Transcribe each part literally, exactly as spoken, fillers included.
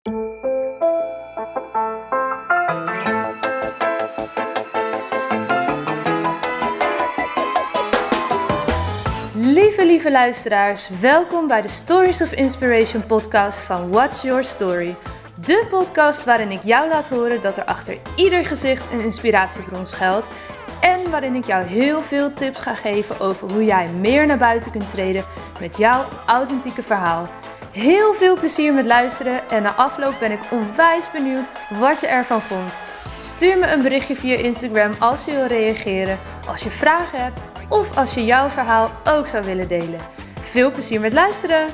Lieve, lieve luisteraars, welkom bij de Stories of Inspiration podcast van What's Your Story. De podcast waarin ik jou laat horen dat er achter ieder gezicht een inspiratiebron schuilt. En waarin ik jou heel veel tips ga geven over hoe jij meer naar buiten kunt treden met jouw authentieke verhaal. Heel veel plezier met luisteren en na afloop ben ik onwijs benieuwd wat je ervan vond. Stuur me een berichtje via Instagram als je wil reageren, als je vragen hebt of als je jouw verhaal ook zou willen delen. Veel plezier met luisteren!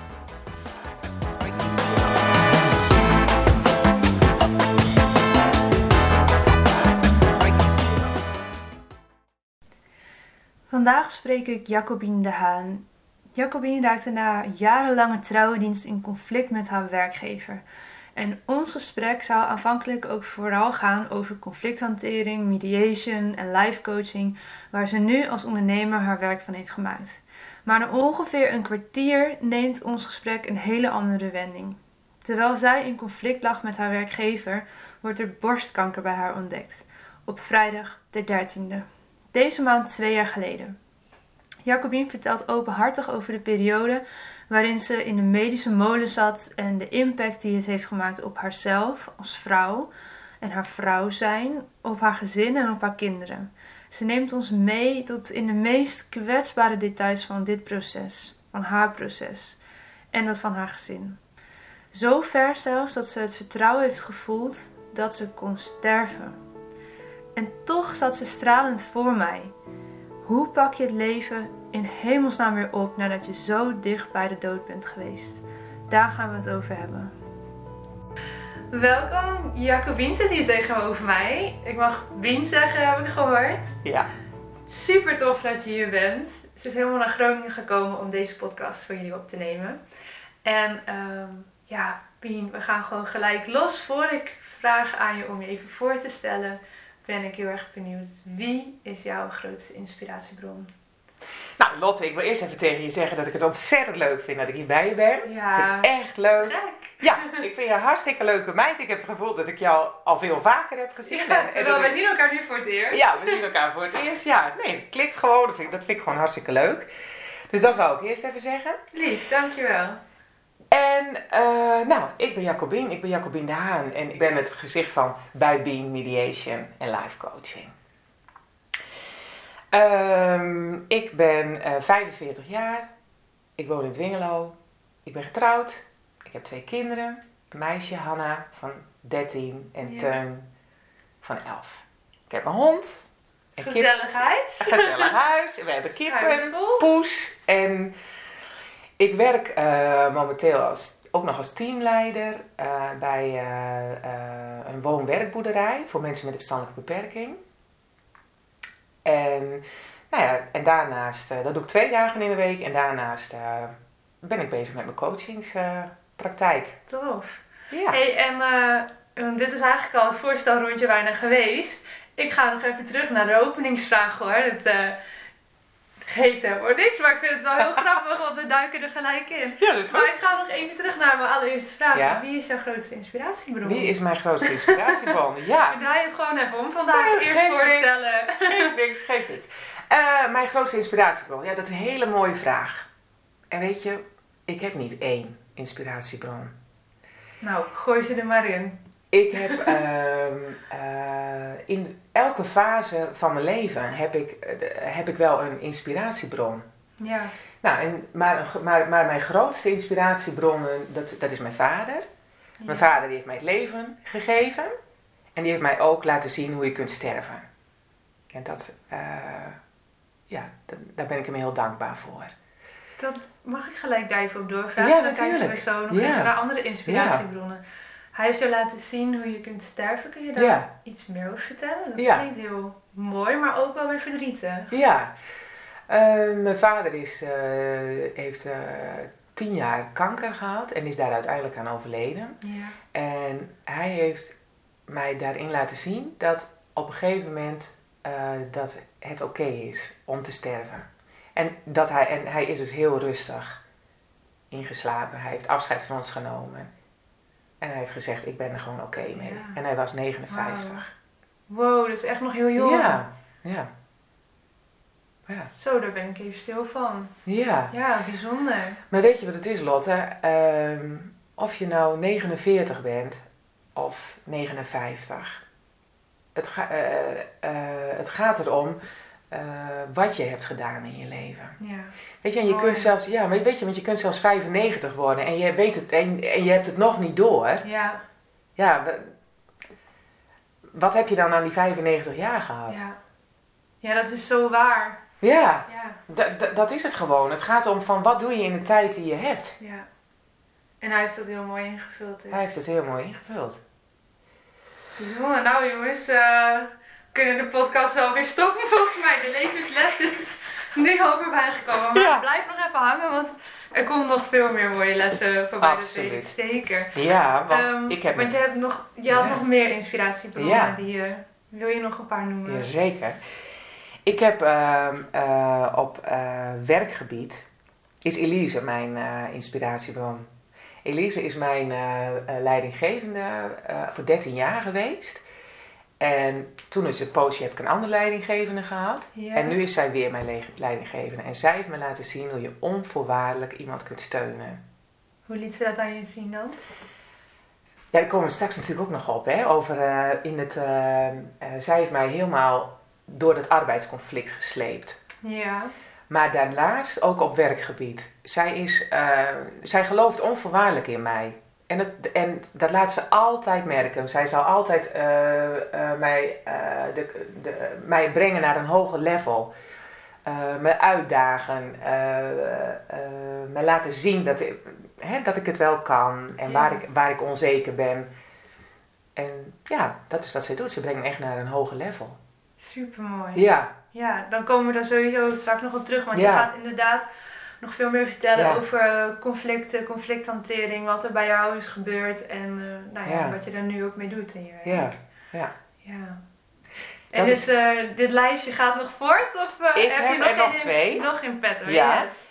Vandaag spreek ik Jacobien de Haan. Jacobien raakte na jarenlange trouwdienst in conflict met haar werkgever. En ons gesprek zou aanvankelijk ook vooral gaan over conflicthantering, mediation en life coaching, waar ze nu als ondernemer haar werk van heeft gemaakt. Maar na ongeveer een kwartier neemt ons gesprek een hele andere wending. Terwijl zij in conflict lag met haar werkgever, wordt er borstkanker bij haar ontdekt. Op vrijdag de dertiende. Deze maand twee jaar geleden. Jacobien vertelt openhartig over de periode waarin ze in de medische molen zat en de impact die het heeft gemaakt op haarzelf als vrouw en haar vrouw zijn, op haar gezin en op haar kinderen. Ze neemt ons mee tot in de meest kwetsbare details van dit proces, van haar proces en dat van haar gezin. Zo ver zelfs dat ze het vertrouwen heeft gevoeld dat ze kon sterven. En toch zat ze stralend voor mij. Hoe pak je het leven in hemelsnaam weer op nadat je zo dicht bij de dood bent geweest? Daar gaan we het over hebben. Welkom, Jacobien zit hier tegenover mij. Ik mag Bien zeggen, heb ik gehoord. Ja. Super tof dat je hier bent. Ze is helemaal naar Groningen gekomen om deze podcast voor jullie op te nemen. En um, ja, Bien, we gaan gewoon gelijk los. Voor ik vraag aan je om je even voor te stellen, ben ik heel erg benieuwd. Wie is jouw grootste inspiratiebron? Nou Lotte, ik wil eerst even tegen je zeggen dat ik het ontzettend leuk vind dat ik hier bij je ben. Ja, ik vind het echt leuk. Gek. Ja, ik vind je een hartstikke leuke meid. Ik heb het gevoel dat ik jou al veel vaker heb gezien. Ja, en, terwijl en wij ik... zien elkaar nu voor het eerst. Ja, we zien elkaar voor het eerst. Ja, nee, het klikt gewoon. Dat vind, ik, dat vind ik gewoon hartstikke leuk. Dus dat wou ik eerst even zeggen. Lief, dankjewel. En uh, nou, ik ben Jacobien. Ik ben Jacobien de Haan. En ik ben het gezicht van Bij Bien Mediation en Life Coaching. Um, ik ben uh, vijfenveertig jaar. Ik woon in Dwingelo. Ik ben getrouwd. Ik heb twee kinderen. Een meisje, Hanna, van dertien en ja. Teun van elf. Ik heb een hond. Een Gezellig kip, huis. een gezellig huis. We hebben kippen, Huisvol. poes. En ik werk uh, momenteel als, ook nog als teamleider uh, bij uh, uh, een woon-werkboerderij voor mensen met een verstandelijke beperking. En, nou ja, en daarnaast, uh, dat doe ik twee dagen in de week. En daarnaast uh, ben ik bezig met mijn coachingspraktijk. Uh, Tof. ja. Hey, en uh, dit is eigenlijk al het voorstelrondje bijna geweest. Ik ga nog even terug naar de openingsvraag hoor. Het uh, geeft helemaal niks, maar ik vind het wel heel grappig, want we duiken er gelijk in. Ja, dat is goed. Maar ik ga nog even terug naar mijn allereerste vraag. Ja? Wie is jouw grootste inspiratiebron? Wie is mijn grootste inspiratiebron? Ja. We draaien het gewoon even om vandaag. Ja, Eerst geeft voorstellen. Niks, geeft niks, geeft niks. Uh, mijn grootste inspiratiebron? Ja, dat is een hele mooie vraag. En weet je, ik heb niet één inspiratiebron. Nou, gooi ze er maar in. Ik heb uh, uh, in elke fase van mijn leven heb ik, uh, heb ik wel een inspiratiebron. Ja. Nou, en, maar, maar, maar mijn grootste inspiratiebron, dat, dat is mijn vader. Ja. Mijn vader die heeft mij het leven gegeven. En die heeft mij ook laten zien hoe je kunt sterven. En dat, uh, ja, dat, daar ben ik hem heel dankbaar voor. Dat mag ik gelijk daar even op doorvragen. Ja, dan natuurlijk. kijken we zo nog Ja. even naar andere inspiratiebronnen. Ja. Hij heeft jou laten zien hoe je kunt sterven. Kun je daar ja. iets meer over vertellen? Dat ja. klinkt heel mooi, maar ook wel weer verdrietig. Ja. Uh, mijn vader is, uh, heeft uh, tien jaar kanker gehad en is daar uiteindelijk aan overleden. Ja. En hij heeft mij daarin laten zien dat op een gegeven moment uh, dat het oké okay is om te sterven. En, dat hij, en hij is dus heel rustig ingeslapen. Hij heeft afscheid van ons genomen. En hij heeft gezegd, ik ben er gewoon oké okay mee. Ja. En hij was negenenvijftig. Wow. wow, dat is echt nog heel jong. Ja, ja. ja. Zo, daar ben ik even stil van. Ja. Ja, bijzonder. Maar weet je wat het is, Lotte? Uh, of je nou negenenveertig bent of negenenvijftig. Het, ga, uh, uh, het gaat erom uh, wat je hebt gedaan in je leven. Ja. Weet je, en je Mooi. kunt zelfs, ja, maar weet je, want je kunt zelfs vijfennegentig worden en je weet het en, en je hebt het nog niet door. Ja. Ja, wat heb je dan aan die vijfennegentig jaar gehad? Ja, ja dat is zo waar. Ja, Ja. d- d- dat is het gewoon. Het gaat om van wat doe je in de tijd die je hebt. Ja. En hij heeft dat heel mooi ingevuld. Dus. Hij heeft het heel mooi ingevuld. Bijzonder. Nou jongens, uh, kunnen de podcast alweer stoppen volgens mij. De levensles is nu over bijgekomen. Maar Ja. blijf nog even hangen, want er komt nog veel meer mooie lessen voorbij. Absoluut. Dat weet ik zeker. Ja, want Um, ik heb... Want het- je, hebt nog, je had Ja. nog meer inspiratiebronnen. Ja. Die, uh, wil je nog een paar noemen? Jazeker. Ik heb uh, uh, op uh, werkgebied, is Elise mijn uh, inspiratiebron. Elise is mijn uh, uh, leidinggevende uh, voor dertien jaar geweest. En toen is het poosje heb ik een andere leidinggevende gehad. Ja. En nu is zij weer mijn le- leidinggevende. En zij heeft me laten zien hoe je onvoorwaardelijk iemand kunt steunen. Hoe liet ze dat aan je zien dan? Ja, daar komen we straks natuurlijk ook nog op. Hè, over uh, in het, uh, uh, zij heeft mij helemaal door het arbeidsconflict gesleept. Ja. Maar daarnaast ook op werkgebied. Zij, is, uh, zij gelooft onvoorwaardelijk in mij. En, het, en dat laat ze altijd merken. Zij zal altijd uh, uh, mij, uh, de, de, mij brengen naar een hoger level. Uh, me uitdagen. Uh, uh, me laten zien dat ik, hè, dat ik het wel kan. En Ja. waar, ik, waar ik onzeker ben. En ja, dat is wat zij doet. Ze brengt me echt naar een hoger level. Supermooi. Ja. Ja, dan komen we daar sowieso straks nog op terug. Want Ja. je gaat inderdaad nog veel meer vertellen Ja. over conflicten, conflicthantering, wat er bij jou is gebeurd en uh, nou ja, Ja. wat je daar nu ook mee doet in je werk. Ja, ja. Ja. En Dat dit, is- uh, dit lijstje gaat nog voort? Of uh, Ik heb heb je nog, er nog in, twee. nog in petto? Ja. Yes.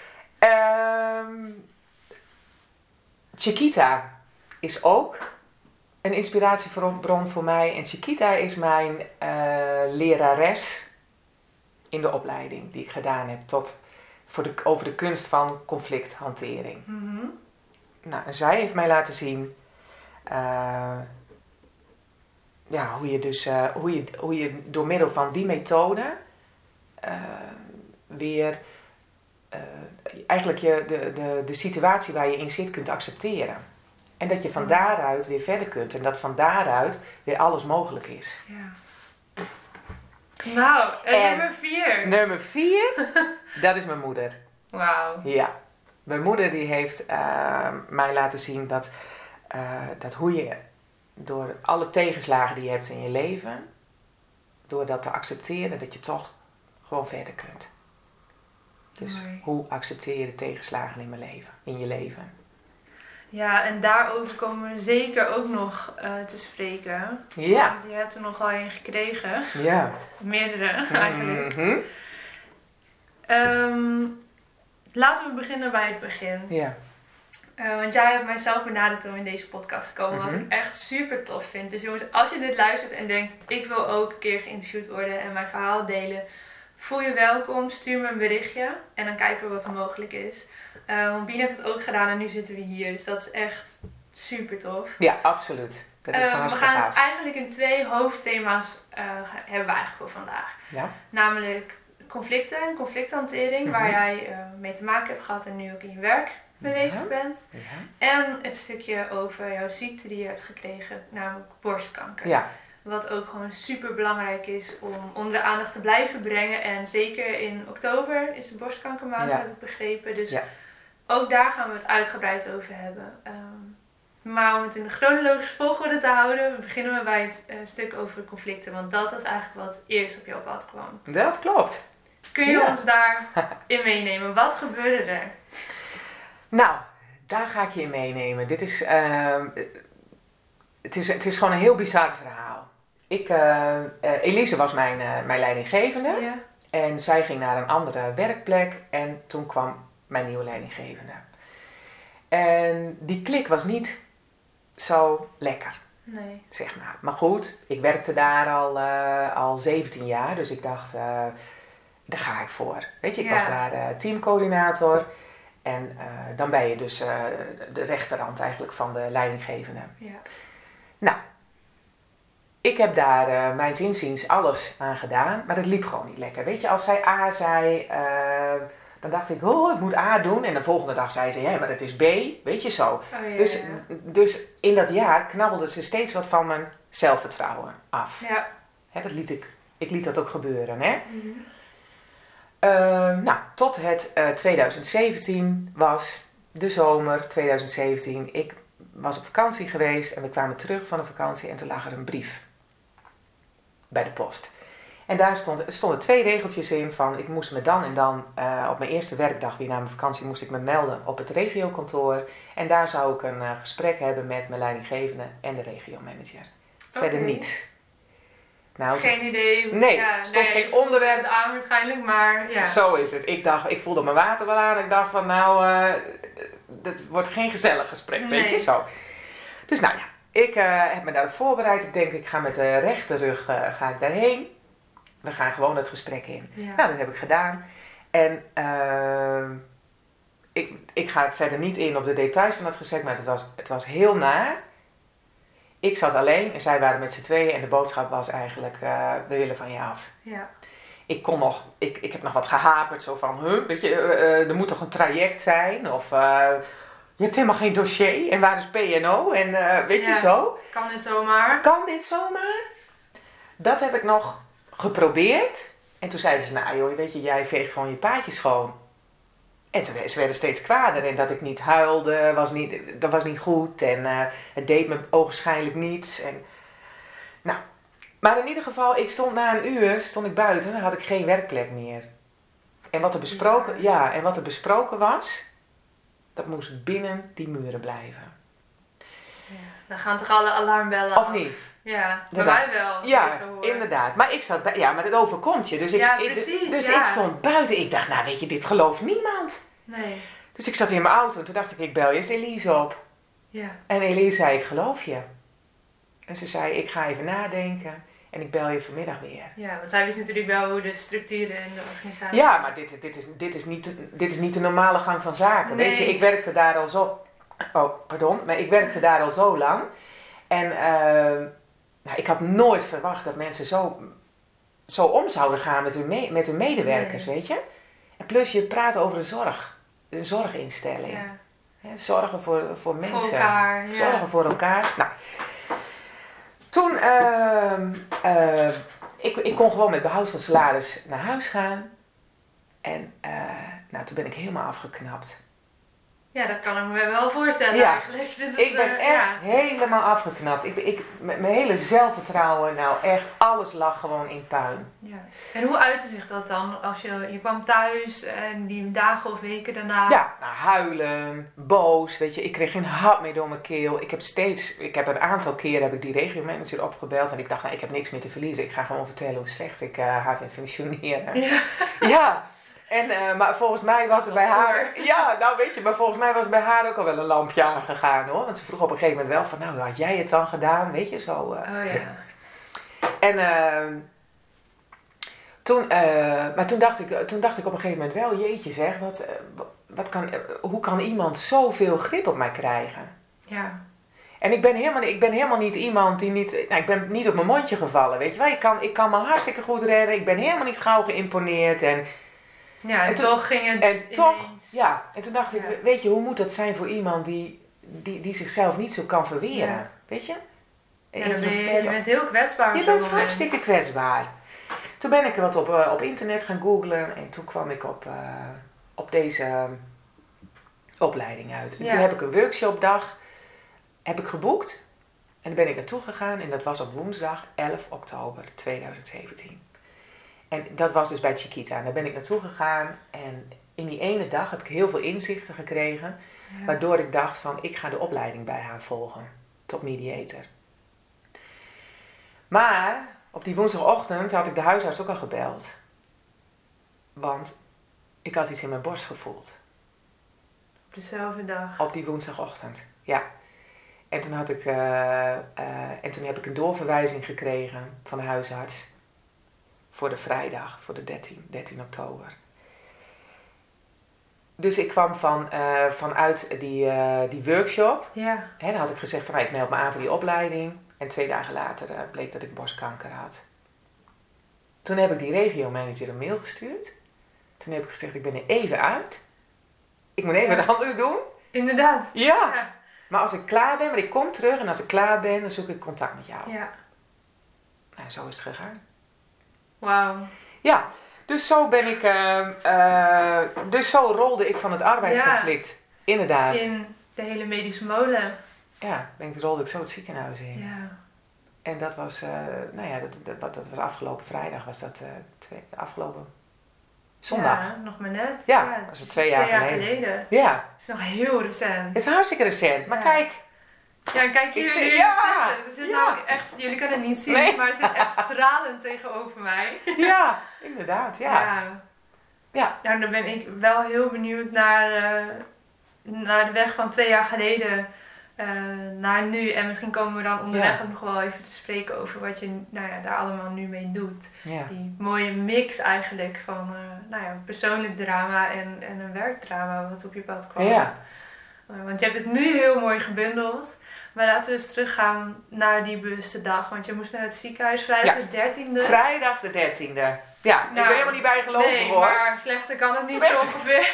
Um, Chiquita is ook een inspiratiebron voor mij. En Chiquita is mijn uh, lerares in de opleiding die ik gedaan heb tot, voor de, over de kunst van conflicthantering. Mhm. Nou, en zij heeft mij laten zien uh, ja, hoe, je dus, uh, hoe, je, hoe je door middel van die methode uh, weer uh, eigenlijk je, de, de, de situatie waar je in zit kunt accepteren. En dat je van daaruit weer verder kunt. En dat van daaruit weer alles mogelijk is. Ja. Nou, en En nummer vier. Nummer vier, dat is mijn moeder. Wauw. Ja. Mijn moeder die heeft uh, mij laten zien dat, uh, dat hoe je door alle tegenslagen die je hebt in je leven, door dat te accepteren, dat je toch gewoon verder kunt. Dus Mooi. hoe accepteer je de tegenslagen in mijn leven, in je leven? Ja, en daarover komen we zeker ook nog uh, te spreken. Ja. Want je hebt er nogal een gekregen. Ja. Meerdere eigenlijk. Mhm. Um, laten we beginnen bij het begin. Ja. Uh, want jij hebt mijzelf benaderd om in deze podcast te komen. Mhm. Wat ik echt super tof vind. Dus jongens, als je dit luistert en denkt, ik wil ook een keer geïnterviewd worden en mijn verhaal delen. Voel je welkom, stuur me een berichtje. En dan kijken we wat er mogelijk is. Uh, want Bien heeft het ook gedaan en nu zitten we hier. Dus dat is echt super tof. Ja, absoluut. Dat is Uh, gewoon we hartstikke gaan het gaaf. eigenlijk in twee hoofdthema's uh, hebben we eigenlijk voor vandaag. Ja. Namelijk conflicten en conflicthantering, Mhm. waar jij uh, mee te maken hebt gehad en nu ook in je werk mee bezig Ja. bent. Ja. En het stukje over jouw ziekte die je hebt gekregen, namelijk borstkanker. Ja. Wat ook gewoon super belangrijk is om onder de aandacht te blijven brengen. En zeker in oktober is de borstkankermaand, Ja. heb ik begrepen. Dus Ja. ook daar gaan we het uitgebreid over hebben. Um, maar om het in de chronologische volgorde te houden, beginnen we bij het uh, stuk over conflicten. Want dat is eigenlijk wat eerst op jouw pad kwam. Dat klopt. Kun je Ja. ons daarin meenemen? Wat gebeurde er? Nou, daar ga ik je in meenemen. Dit is, uh, het is, het is gewoon een heel bizar verhaal. Ik, uh, uh, Elise was mijn, uh, mijn leidinggevende. Ja. En zij ging naar een andere werkplek. En toen kwam mijn nieuwe leidinggevende. En die klik was niet zo lekker. Nee. Zeg maar. Maar goed, ik werkte daar al, uh, al zeventien jaar. Dus ik dacht, uh, daar ga ik voor. Weet je, ik ja. was daar uh, teamcoördinator. En uh, dan ben je dus uh, de rechterhand eigenlijk van de leidinggevende. Ja. Nou, ik heb daar uh, mijns inziens alles aan gedaan. Maar dat liep gewoon niet lekker. Weet je, als zij A zei, uh, dan dacht ik, oh, ik moet A doen. En de volgende dag zei ze, ja, maar dat is B. Weet je zo. Oh, ja, dus, ja. dus in dat jaar knabbelde ze steeds wat van mijn zelfvertrouwen af. Ja. Hè, dat liet ik, ik liet dat ook gebeuren, hè. Mm-hmm. Uh, nou, tot het uh, twintig zeventien was, de zomer twintig zeventien. Ik was op vakantie geweest en we kwamen terug van de vakantie en toen lag er een brief bij de post. En daar stond, stonden twee regeltjes in van ik moest me dan en dan uh, op mijn eerste werkdag weer na mijn vakantie moest ik me melden op het regiokantoor. En daar zou ik een uh, gesprek hebben met mijn leidinggevende en de regiomanager. Okay. Verder niets. Nou, geen toen, idee. Nee, ja, stond nee, geen onderwerp aan waarschijnlijk, maar ja. Zo is het. Ik dacht, ik voelde mijn water wel aan. Ik dacht van nou, uh, dat wordt geen gezellig gesprek, nee. weet je, zo. Dus nou ja, ik uh, heb me daarop voorbereid. Ik denk, ik ga met de rechterrug uh, ga ik daarheen. We gaan gewoon het gesprek in. Ja. Nou, dat heb ik gedaan. En uh, ik, ik ga verder niet in op de details van dat gesprek, maar het was, het was heel naar. Ik zat alleen en zij waren met z'n tweeën en de boodschap was eigenlijk, uh, we willen van je af. Ja. Ik kon nog, ik, ik heb nog wat gehaperd, zo van, huh, weet je, uh, er moet toch een traject zijn? Of uh, je hebt helemaal geen dossier en waar is P en O? En uh, weet ja. je zo? Kan dit zomaar? Kan dit zomaar? Dat heb ik nog geprobeerd. En toen zeiden ze, nou joh, weet je, jij veegt gewoon je paadje schoon. En toen ze werden steeds kwader en dat ik niet huilde, was niet, dat was niet goed en uh, het deed me ogenschijnlijk niets. En, nou, maar in ieder geval, ik stond na een uur, stond ik buiten, dan had ik geen werkplek meer. En wat er besproken, ja, en wat er besproken was, dat moest binnen die muren blijven. Ja, dan gaan toch alle alarmbellen Of af? niet? Ja, bij mij wel. Ja, inderdaad. Maar ik zat bij, ja, maar het overkomt je. Dus, ik, ja, ik, precies, dus ja. ik stond buiten. Ik dacht, nou weet je, dit gelooft niemand. Nee. Dus ik zat in mijn auto en toen dacht ik, ik bel eerst Elise op. Ja. En Elise zei, ik geloof je. En ze zei, ik ga even nadenken en ik bel je vanmiddag weer. Ja, want zij wist natuurlijk wel hoe de structuren en de organisatie... Ja, maar dit, dit, is, dit, is, niet, dit is niet de normale gang van zaken. Nee. Weet je, ik werkte daar al zo... Oh, pardon. Maar ik werkte daar al zo lang. En uh, nou, ik had nooit verwacht dat mensen zo, zo om zouden gaan met hun, me, met hun medewerkers, nee. Weet je. En plus je praat over een zorg. Een zorginstelling. Ja. He, zorgen voor, voor mensen. Voor elkaar, ja. Zorgen voor elkaar. Nou, toen... Uh, uh, ik, ik kon gewoon met behoud van salaris naar huis gaan. En uh, nou, toen ben ik helemaal afgeknapt. Ja, dat kan ik me wel voorstellen ja, eigenlijk. Dit is, ik ben uh, echt ja. helemaal afgeknapt. Ik, ik, mijn hele zelfvertrouwen, nou echt, alles lag gewoon in puin. Ja. En hoe uitte zich dat dan? Als je, je kwam thuis en die dagen of weken daarna... Ja, nou, huilen, boos, weet je. Ik kreeg geen hap meer door mijn keel. Ik heb steeds, ik heb een aantal keren heb ik die regiomanager opgebeld. Want ik dacht, nou, ik heb niks meer te verliezen. Ik ga gewoon vertellen hoe slecht ik uh, haar vind functioneren. Ja. Ja. En, uh, maar volgens mij was er bij haar... Ja, nou weet je, maar volgens mij was er bij haar ook al wel een lampje aangegaan hoor. Want ze vroeg op een gegeven moment wel van, nou had jij het dan gedaan? Weet je, zo. Uh. Oh ja. En uh, toen, uh, maar toen dacht, ik, toen dacht ik op een gegeven moment wel, jeetje zeg, wat, uh, wat kan, uh, hoe kan iemand zoveel grip op mij krijgen? Ja. En ik ben helemaal, ik ben helemaal niet iemand die niet... Nou, ik ben niet op mijn mondje gevallen, weet je wel. Ik kan, ik kan me hartstikke goed redden. Ik ben helemaal niet gauw geïmponeerd en... Ja, en, en toen, toch ging het En ineens. toch, ja. En toen dacht ja. ik, weet je, hoe moet dat zijn voor iemand die, die, die zichzelf niet zo kan verweren? Ja. Weet je? Ja, dan ben je, je bent heel kwetsbaar. Je bent hartstikke kwetsbaar. Toen ben ik wat op, uh, op internet gaan googlen en toen kwam ik op, uh, op deze uh, opleiding uit. En ja. Toen heb ik een workshopdag heb ik geboekt en daar ben ik naartoe gegaan en dat was op woensdag elf oktober tweeduizend zeventien. En dat was dus bij Chiquita. En daar ben ik naartoe gegaan. En in die ene dag heb ik heel veel inzichten gekregen. Ja. Waardoor ik dacht van, ik ga de opleiding bij haar volgen. Tot mediator. Maar, op die woensdagochtend had ik de huisarts ook al gebeld. Want ik had iets in mijn borst gevoeld. Op dezelfde dag? Op die woensdagochtend, ja. En toen, had ik, uh, uh, en toen heb ik een doorverwijzing gekregen van de huisarts. Voor de vrijdag, voor de dertien oktober. Dus ik kwam van, uh, vanuit die, uh, die workshop. Ja. En dan had ik gezegd van, nou, ik meld me aan voor die opleiding. En twee dagen later uh, bleek dat ik borstkanker had. Toen heb ik die regiomanager een mail gestuurd. Toen heb ik gezegd, ik ben er even uit. Ik moet even ja. wat anders doen. Inderdaad. Ja. ja. Maar als ik klaar ben, maar ik kom terug. En als ik klaar ben, dan zoek ik contact met jou. Ja. Nou, zo is het gegaan. Wauw. Ja. Dus zo ben ik, uh, uh, dus zo rolde ik van het arbeidsconflict. Ja. Inderdaad. In de hele medische molen. Ja, ben ik, rolde ik zo het ziekenhuis in. Ja. En dat was, uh, nou ja, dat, dat, dat was afgelopen vrijdag, was dat uh, twee, afgelopen zondag. Ja, nog maar net. Ja, ja dat was het twee jaar, twee jaar geleden. geleden. Ja. Het is nog heel recent. Het is hartstikke recent, maar ja. kijk. Ja, en kijk hier zit, jullie ja, zitten. Ze zit ja. nou echt, jullie kunnen het niet zien, nee. maar ze zit echt stralend tegenover mij. Ja, inderdaad, ja. Ja. Ja. Nou, dan ben ik wel heel benieuwd naar, uh, naar de weg van twee jaar geleden uh, naar nu. En misschien komen we dan onderweg ja. ook nog wel even te spreken over wat je nou ja, daar allemaal nu mee doet. Ja. Die mooie mix eigenlijk van uh, nou ja, persoonlijk drama en, en een werkdrama wat op je pad kwam. Ja. Uh, want je hebt het nu heel mooi gebundeld. Maar laten we eens teruggaan naar die bewuste dag. Want je moest naar het ziekenhuis vrijdag ja. de dertiende. Vrijdag de dertiende. Ja, nou, ik ben helemaal niet bijgelopen nee, hoor. maar slechter kan het niet Slechter. zo ongeveer.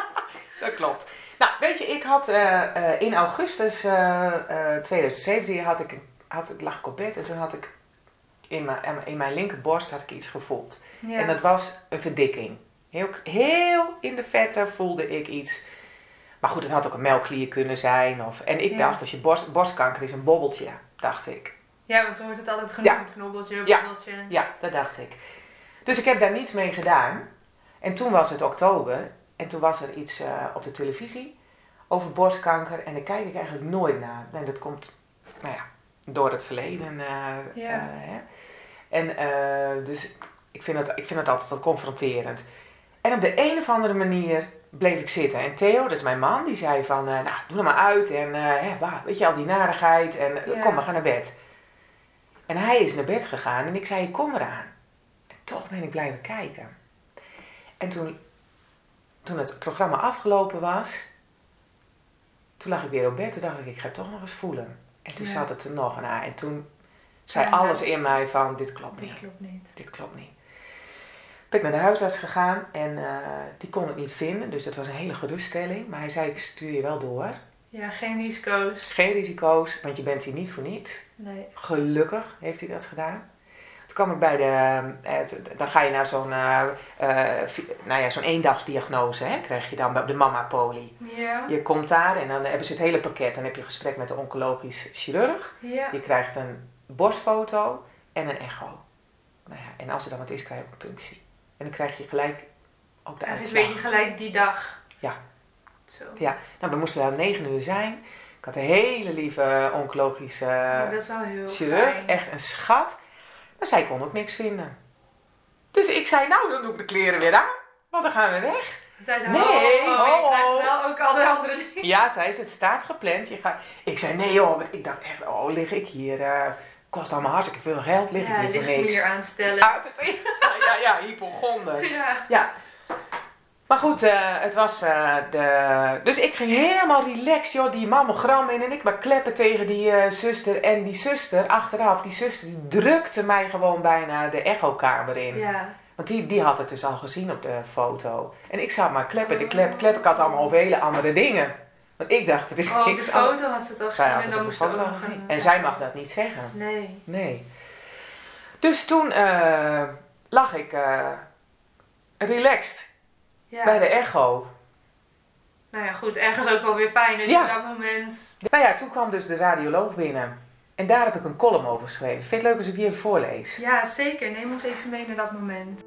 Dat klopt. Nou, weet je, ik had uh, uh, in augustus uh, uh, twintig zeventien had ik, had, lag ik op bed en toen had ik in mijn, in mijn linkerborst had ik iets gevoeld. Ja. En dat was een verdikking. Heel, heel in de vette voelde ik iets. Maar goed, het had ook een melkklier kunnen zijn. Of, en ik ja. dacht, als je borst, borstkanker is een bobbeltje, dacht ik. Ja, want zo wordt het altijd genoemd. Ja. Knobbeltje, bobbeltje. Ja, ja, dat dacht ik. Dus ik heb daar niets mee gedaan. En toen was het oktober. En toen was er iets uh, op de televisie over borstkanker. En daar kijk ik eigenlijk nooit naar. En dat komt, nou ja, door het verleden. Uh, ja. uh, hè. En uh, dus ik vind, het, ik vind het altijd wat confronterend. En op de een of andere manier bleef ik zitten. En Theo, dat is mijn man, die zei van, uh, nou, doe er maar uit. En uh, hè, waar, weet je al die narigheid. En uh, ja. kom, we gaan naar bed. En hij is naar bed gegaan. En ik zei, kom eraan. En toch ben ik blijven kijken. En toen, toen het programma afgelopen was, toen lag ik weer op bed. Toen dacht ik, ik ga het toch nog eens voelen. En toen ja. zat het er nog naar. En toen zei ja, alles in mij van, dit klopt niet. Dit klopt niet. Dit klopt niet. Ben ik naar de huisarts gegaan en uh, die kon het niet vinden. Dus dat was een hele geruststelling. Maar hij zei, ik stuur je wel door. Ja, geen risico's. Geen risico's, want je bent hier niet voor niets. Nee. Gelukkig heeft hij dat gedaan. Toen kwam ik bij de, uh, dan ga je naar zo'n, uh, uh, nou ja, zo'n eendagsdiagnose, hè, krijg je dan bij de mama-poli. Ja. Je komt daar en dan hebben ze het hele pakket. Dan heb je een gesprek met de oncologisch chirurg. Ja. Je krijgt een borstfoto en een echo. Nou ja, en als er dan wat is, krijg je ook een punctie. En dan krijg je gelijk ook de uitslag. weet je gelijk die dag. Ja. Zo. Ja, nou we moesten daar om negen uur zijn. Ik had een hele lieve oncologische ja, dat is wel heel chirurg. fijn. Echt een schat. Maar zij kon ook niks vinden. Dus ik zei, nou dan doe ik de kleren weer aan. Want dan gaan we weg. Zij zei, nee, oh, oh, oh, je krijgt wel ook al de andere dingen. Ja, zei ze, het staat gepland. Je gaat... Ik zei, nee joh, ik dacht echt, oh lig ik hier... Uh, kost allemaal hartstikke veel geld, lig ja, ik hier voor niks. Ja, aanstellen. Ja, ja, ja, hypochonder. Ja. ja. Maar goed, uh, het was uh, de... Dus ik ging helemaal relaxed, joh, die mammogram in en ik maar kleppen tegen die uh, zuster. En die zuster, achteraf, die zuster, die drukte mij gewoon bijna de echokamer in. Ja. Want die, die had het dus al gezien op de foto. En ik zat maar kleppen, de klep, klep. Ik had allemaal over hele andere dingen. Want ik dacht, er is oh, niks op de foto had ze het al gezien en dan moest ze ook nog gezien. En zij mag dat niet zeggen. Nee. Nee. Dus toen uh, lag ik uh, relaxed ja. bij de echo. Nou ja, goed, ergens ook wel weer fijn. Dus ja. op dat moment... Nou ja, toen kwam dus de radioloog binnen. En daar heb ik een column over geschreven. Vind je het leuk als ik die even voorlees? Ja, zeker. Neem ons even mee naar dat moment.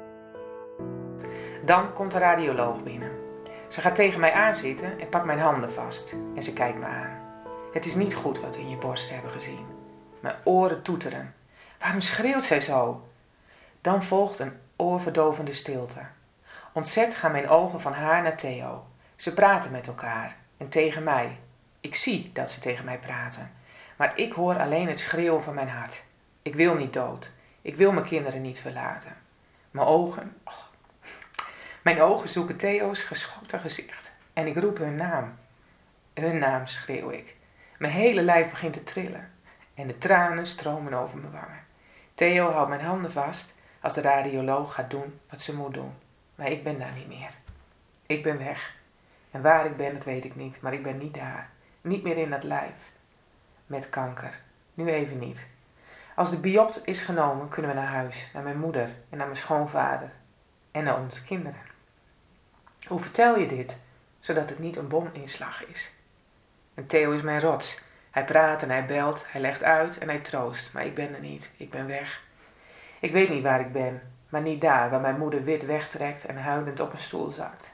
Dan komt de radioloog binnen. Ze gaat tegen mij aanzitten en pakt mijn handen vast. En ze kijkt me aan. Het is niet goed wat we in je borst hebben gezien. Mijn oren toeteren. Waarom schreeuwt zij zo? Dan volgt een oorverdovende stilte. Ontzet gaan mijn ogen van haar naar Theo. Ze praten met elkaar en tegen mij. Ik zie dat ze tegen mij praten. Maar ik hoor alleen het schreeuwen van mijn hart. Ik wil niet dood. Ik wil mijn kinderen niet verlaten. Mijn ogen... Oh, mijn ogen zoeken Theo's geschoten gezicht. En ik roep hun naam. Hun naam schreeuw ik. Mijn hele lijf begint te trillen. En de tranen stromen over mijn wangen. Theo houdt mijn handen vast als de radioloog gaat doen wat ze moet doen. Maar ik ben daar niet meer. Ik ben weg. En waar ik ben, dat weet ik niet. Maar ik ben niet daar. Niet meer in dat lijf. Met kanker. Nu even niet. Als de biopt is genomen, kunnen we naar huis. Naar mijn moeder en naar mijn schoonvader. En naar onze kinderen. Hoe vertel je dit? Zodat het niet een bominslag is. En Theo is mijn rots. Hij praat en hij belt. Hij legt uit en hij troost. Maar ik ben er niet. Ik ben weg. Ik weet niet waar ik ben. Maar niet daar, waar mijn moeder wit wegtrekt en huilend op een stoel zakt.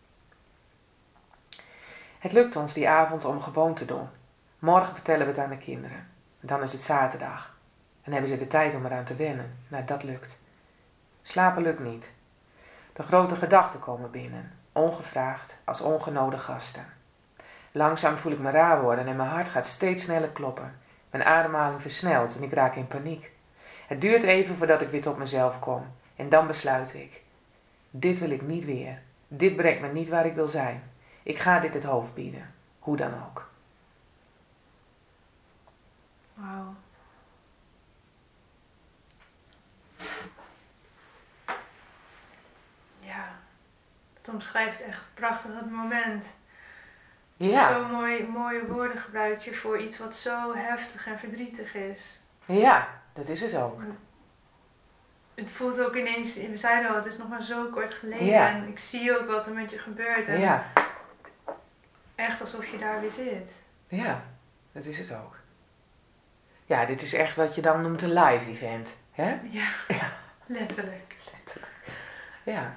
Het lukt ons die avond om gewoon te doen. Morgen vertellen we het aan de kinderen. Dan is het zaterdag. En hebben ze de tijd om eraan te wennen. Nou, dat lukt. Slapen lukt niet. De grote gedachten komen binnen. Ongevraagd, als ongenode gasten. Langzaam voel ik me raar worden en mijn hart gaat steeds sneller kloppen. Mijn ademhaling versnelt en ik raak in paniek. Het duurt even voordat ik weer tot mezelf kom. En dan besluit ik. Dit wil ik niet weer. Dit brengt me niet waar ik wil zijn. Ik ga dit het hoofd bieden. Hoe dan ook. Wauw. Ja, het omschrijft echt prachtig het moment. Ja. Zo mooi, mooie woorden gebruik je voor iets wat zo heftig en verdrietig is. Ja, dat is het ook. Het voelt ook ineens, we zeiden al, het is nog maar zo kort geleden. Ja. En ik zie ook wat er met je gebeurt. En Ja. echt alsof je daar weer zit. Ja, dat is het ook. Ja, dit is echt wat je dan noemt een live event. Hè? Ja, Ja. letterlijk. Letterlijk. Ja.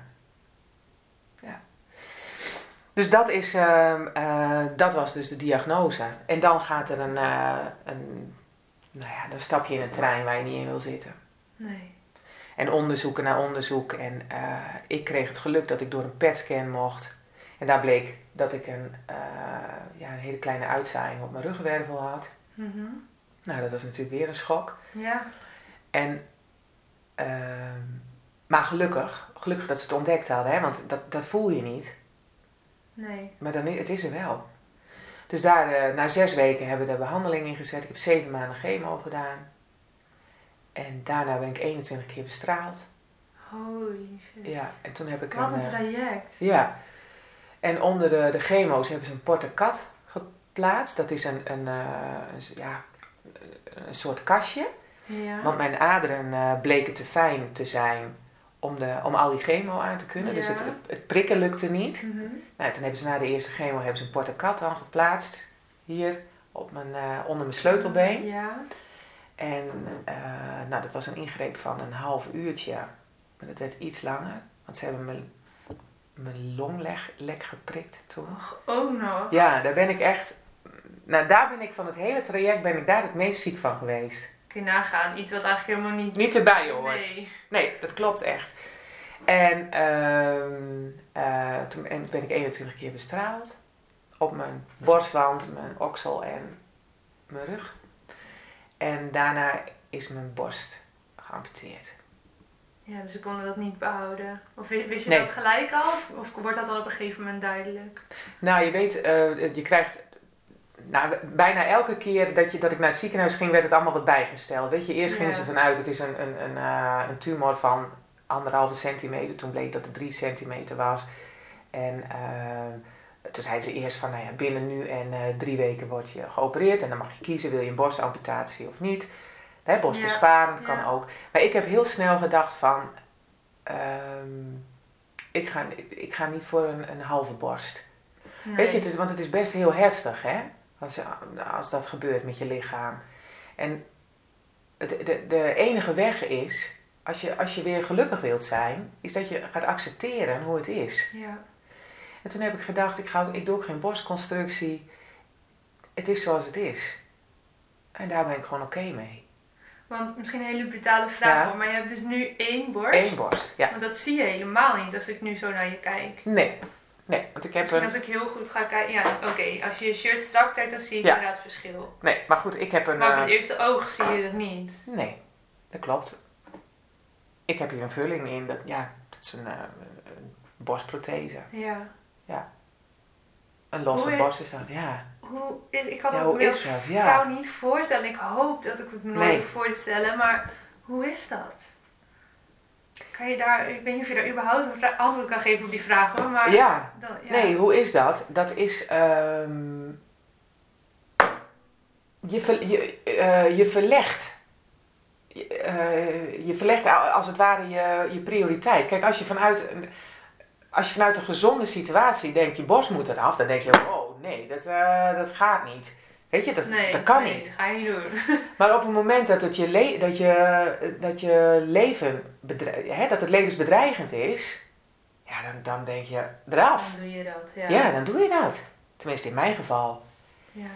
Ja. Dus dat, is, uh, uh, dat was dus de diagnose. En dan gaat er een, uh, een, nou ja, dan stap je in een trein waar je niet in wil zitten. Nee. En onderzoeken naar onderzoek. En uh, ik kreeg het geluk dat ik door een P E T-scan mocht. En daar bleek dat ik een, uh, ja, een hele kleine uitzaaiing op mijn ruggenwervel had. Mm-hmm. Nou, dat was natuurlijk weer een schok. Ja. En, uh, maar gelukkig, gelukkig dat ze het ontdekt hadden, hè, want dat, dat voel je niet. Nee. Maar dan, het is er wel. Dus daar, uh, na zes weken hebben we de behandeling ingezet. Ik heb zeven maanden chemo gedaan. En daarna ben ik eenentwintig keer bestraald. Holy shit. Ja, en toen heb ik Wat een uh, traject. Ja. En onder de, de chemo's hebben ze een portacat geplaatst. Dat is een, een, uh, een, ja, een soort kastje. Ja. Want mijn aderen uh, bleken te fijn te zijn om, de, om al die chemo aan te kunnen. Ja. Dus het, het prikken lukte niet. Mm-hmm. Nou, toen hebben ze na de eerste chemo hebben ze een portacat aan geplaatst. Hier op mijn, uh, onder mijn sleutelbeen. Ja. En uh, nou, dat was een ingreep van een half uurtje. Maar dat werd iets langer. Want ze hebben mijn, mijn longlek lek geprikt toen. Och, ook nog. Ja, daar ben ik echt... Nou, daar ben ik van het hele traject ben ik daar het meest ziek van geweest. Kun je nagaan, iets wat eigenlijk helemaal niet... Niet erbij hoort. Nee. Nee, dat klopt echt. En uh, uh, toen ben ik eenentwintig keer bestraald. Op mijn borstwand, mijn oksel en mijn rug. En daarna is mijn borst geamputeerd. Ja, dus ze konden dat niet behouden. Of wist je Nee. dat gelijk al? Of wordt dat al op een gegeven moment duidelijk? Nou, je weet, uh, je krijgt... Nou, bijna elke keer dat, je, dat ik naar het ziekenhuis ging, werd het allemaal wat bijgesteld. Weet je, eerst Ja. gingen ze vanuit, het is een, een, een, uh, een tumor van anderhalve centimeter. Toen bleek dat het drie centimeter was. En uh, toen zeiden ze eerst van, nou ja, binnen nu en uh, drie weken word je geopereerd. En dan mag je kiezen, wil je een borstamputatie of niet. Hè, borstbesparend Ja. kan Ja. ook. Maar ik heb heel snel gedacht van, um, ik, ga, ik, ik ga niet voor een, een halve borst. Nee. Weet je, het is, want het is best heel heftig, hè? Als, als dat gebeurt met je lichaam. En het, de, de enige weg is, als je, als je weer gelukkig wilt zijn, is dat je gaat accepteren hoe het is. Ja. En toen heb ik gedacht, ik, ga, ik doe ook geen borstconstructie. Het is zoals het is. En daar ben ik gewoon oké mee. Want misschien een hele brutale vraag, Ja. hoor, maar je hebt dus nu één borst. Eén borst, ja. Want dat zie je helemaal niet als ik nu zo naar je kijk. Nee, Nee, want ik heb Misschien een... als ik heel goed ga kijken... Ja, oké, okay, als je je shirt strak trekt, dan zie ik Ja. inderdaad het verschil. Nee, maar goed, ik heb een... Maar op uh, het eerste oog zie je het niet. Nee, dat klopt. Ik heb hier een vulling in. Dat, ja, dat is een, uh, een borstprothese. Ja. Ja. Een losse Hoe borst is dat, ja. Hoe is... Ik kan Ja, het hoe me is als dat? Ja. vrouw niet voorstellen. Ik hoop dat ik het me nooit Nee. hoef voor te stellen. Maar hoe is dat? Kan je daar... Ik weet niet of je daar überhaupt een vra- antwoord kan geven op die vraag hoor. Maar Ja. Dan, ja. Nee, hoe is dat? Dat is... Um, je, ver, je, uh, je verlegt... Uh, je verlegt als het ware je, je prioriteit. Kijk, als je, vanuit een, als je vanuit een gezonde situatie denkt, je borst moet eraf, dan denk je, oh nee, dat, uh, dat gaat niet. Weet je, dat, nee, dat kan nee, niet. Dat ga je niet doen. Maar op het moment dat, het je, le- dat, je, dat je leven, bedre- hè, dat het levensbedreigend is, ja, dan, dan denk je, eraf. Dan doe je dat, ja. Ja, dan doe je dat. Tenminste, in mijn geval. Ja.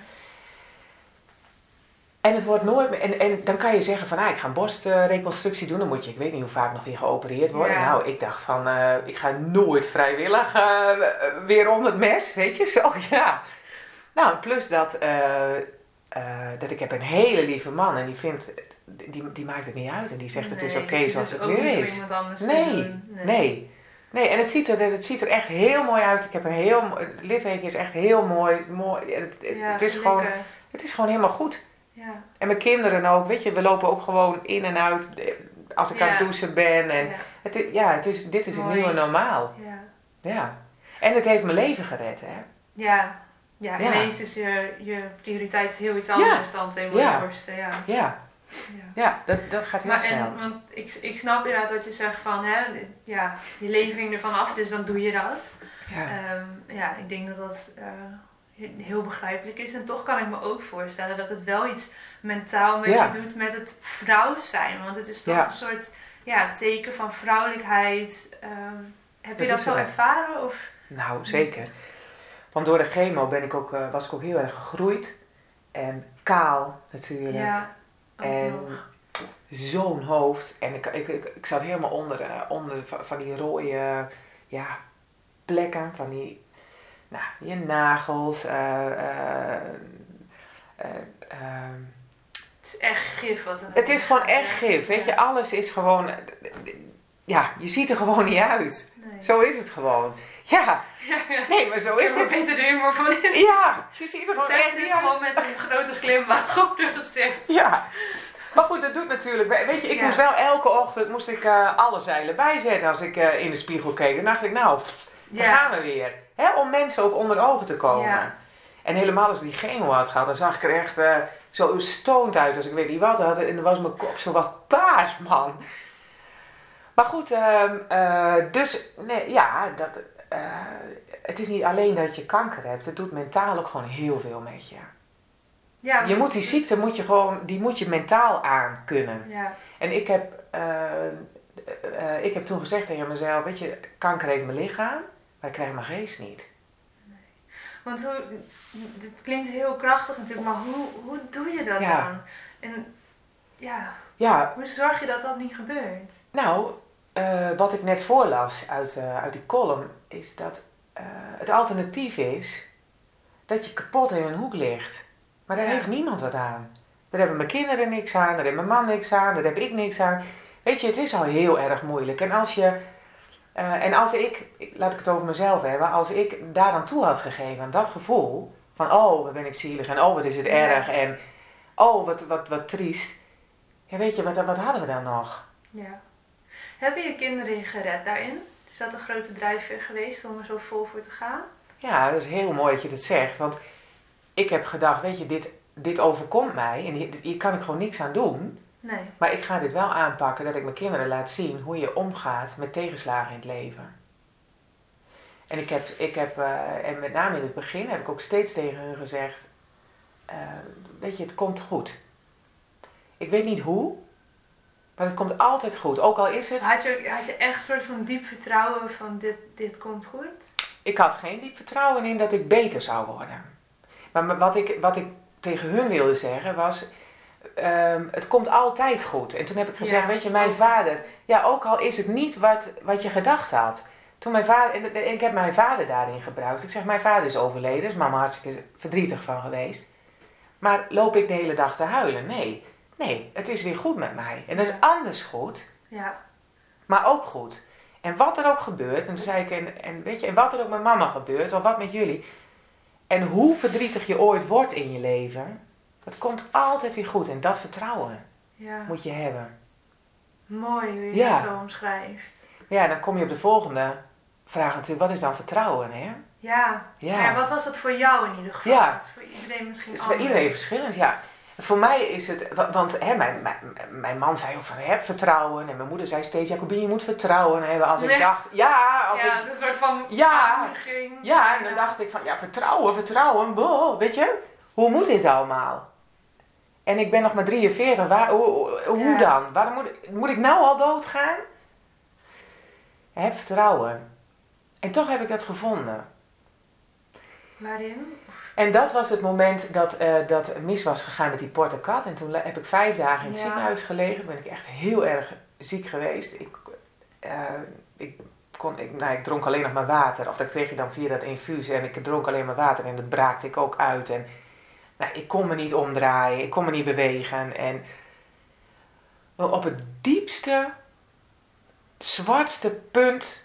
En het wordt nooit meer, en, en dan kan je zeggen van, ah, ik ga een borstreconstructie doen, dan moet je, ik weet niet hoe vaak nog weer geopereerd worden. Ja. Nou, ik dacht van, uh, ik ga nooit vrijwillig uh, weer onder het mes, weet je, zo, ja. Nou, plus dat, uh, uh, dat ik heb een hele lieve man en die vindt, die, die maakt het niet uit en die zegt, Nee, het is oké dus zoals dus het ook nu niet voor is. iemand anders Nee, te doen. nee, nee. Nee, en het ziet, er, het ziet er echt heel mooi uit. Ik heb een heel, het litteken is echt heel mooi, mooi. Het, het, Ja, het is zeker. gewoon, het is gewoon helemaal goed. Ja. En mijn kinderen ook, weet je, we lopen ook gewoon in en uit als ik Ja. aan het douchen ben. En Ja. het, is- ja, het is, dit is het Mooi. nieuwe normaal. Ja. Ja. En het heeft mijn leven gered, hè. Ja. Ja, Ja. ineens is je, je prioriteit heel iets anders dan twee mooie Ja. borsten. Ja. Ja, Ja. ja dat, dat gaat heel Maar snel. en, want ik, ik snap inderdaad wat je zegt van, hè, ja, je leven hing ervan af, dus dan doe je dat. Ja. Ehm, ja, ik denk dat dat uh, heel begrijpelijk is. En toch kan ik me ook voorstellen dat het wel iets mentaal met Ja. je doet met het vrouw zijn. Want het is toch Ja. een soort ja, teken van vrouwelijkheid. Ehm, heb je Dat dat is zo het ook. ervaren? Of? Nou, zeker. Want door de chemo ben ik ook, uh, was ik ook heel erg gegroeid. En kaal natuurlijk. Ja, ook En nog. zo'n hoofd. En ik, ik, ik, ik zat helemaal onder, uh, onder van, van die rode ja, plekken. Van die, nou, je nagels. Uh, uh, uh, uh, Het is echt gif wat er het is gewoon echt gif. Weet je, alles is gewoon... Ja, je ziet er gewoon niet uit. Nee. Zo is het gewoon. Ja, Ja, ja. nee, maar zo Ik is heb het. er beter de humor van in. Ja, je ziet er Ze gewoon zegt echt dit niet uit. gewoon met een grote glimlach op haar gezicht. Ja, maar goed, dat doet natuurlijk. Weet je, ik Ja. moest wel elke ochtend moest ik, uh, alle zeilen bijzetten als ik uh, in de spiegel keek. Dan dacht ik, nou, pff, daar Ja. gaan we weer. Hè, om mensen ook onder ogen te komen. Ja. En helemaal als ik die chemo had gehad, dan zag ik er echt uh, zo stoned uit als ik weet niet wat had. En dan was mijn kop zo wat paars, man. Maar goed, uh, uh, dus nee, ja, dat, uh, het is niet alleen dat je kanker hebt. Het doet mentaal ook gewoon heel veel met je. Ja, Je moet die ziekte moet je gewoon, die moet je mentaal aankunnen. Ja. En ik heb, uh, uh, ik heb toen gezegd tegen mezelf, weet je, kanker heeft mijn lichaam, maar ik krijg mijn geest niet. Want hoe, dit klinkt heel krachtig natuurlijk, maar hoe, hoe doe je dat Ja. dan? En ja, Ja, hoe zorg je dat dat niet gebeurt? nou, uh, wat ik net voorlas uit, uh, uit die column, is dat uh, het alternatief is dat je kapot in een hoek ligt. Maar daar Ja. heeft niemand wat aan. Daar hebben mijn kinderen niks aan, daar heeft mijn man niks aan, daar heb ik niks aan. Weet je, het is al heel erg moeilijk. En als je, uh, en als ik, laat ik het over mezelf hebben, als ik daar aan toe had gegeven, aan dat gevoel van, oh, wat ben ik zielig en oh, wat is het Ja. erg en oh, wat, wat, wat triest. Ja, weet je, wat, wat hadden we dan nog? Ja. Hebben je kinderen je gered daarin? Is dat een grote drijfveer geweest om er zo vol voor te gaan? Ja, dat is heel mooi dat je dat zegt, want ik heb gedacht, weet je, dit, dit overkomt mij en hier, hier kan ik gewoon niks aan doen. Nee. Maar ik ga dit wel aanpakken, dat ik mijn kinderen laat zien hoe je omgaat met tegenslagen in het leven. En ik heb, ik heb uh, en met name in het begin heb ik ook steeds tegen hun gezegd, uh, weet je, het komt goed. Ik weet niet hoe, maar het komt altijd goed, ook al is het... Had je, had je echt een soort van diep vertrouwen van dit, dit komt goed? Ik had geen diep vertrouwen in dat ik beter zou worden. Maar wat ik, wat ik tegen hun wilde zeggen was, um, het komt altijd goed. En toen heb ik gezegd, Ja, weet je, mijn ook. vader, ja, ook al is het niet wat, wat je gedacht had. toen mijn vader, en ik heb mijn vader daarin gebruikt. Ik zeg, mijn vader is overleden, daar is mama hartstikke verdrietig van geweest. Maar loop ik de hele dag te huilen? Nee. Nee, het is weer goed met mij. En dat is anders goed, Ja. maar ook goed. En wat er ook gebeurt, en toen zei ik, en, en weet je, en wat er ook met mama gebeurt, of wat met jullie. En hoe verdrietig je ooit wordt in je leven, dat komt altijd weer goed. En dat vertrouwen Ja. moet je hebben. Mooi hoe je Ja. het zo omschrijft. Ja, dan kom je op de volgende vraag natuurlijk, wat is dan vertrouwen, hè? Ja. Ja. Maar wat was dat voor jou in ieder geval? Ja. Dat is voor iedereen misschien Het is bij anders. iedereen verschillend, ja. Voor mij is het, wa- want hè, mijn, mijn, mijn man zei ook van, heb vertrouwen. En mijn moeder zei steeds, Jacobine, je moet vertrouwen hebben. Als Nee. ik dacht, ja, als Ja, ik... het is een soort van Ja. aanmoediging. Ja, en dan dacht ik van, ja, vertrouwen, vertrouwen, boh, weet je? Hoe moet dit allemaal? En ik ben nog maar drieënveertig, waar, hoe, hoe, hoe Ja. dan? Waarom moet, ik- moet ik nou al doodgaan? Heb vertrouwen. En toch heb ik dat gevonden. Waarin? En dat was het moment dat, eh, dat het mis was gegaan met die portekat. En toen le- heb ik vijf dagen in het Ja. ziekenhuis gelegen. Ben ik echt heel erg ziek geweest. Ik, eh, ik, kon, ik, nou, ik dronk alleen nog maar water. Of dat kreeg je dan via dat infuus. En ik dronk alleen maar water. En dat braakte ik ook uit. En nou, ik kon me niet omdraaien. Ik kon me niet bewegen. En op het diepste, zwartste punt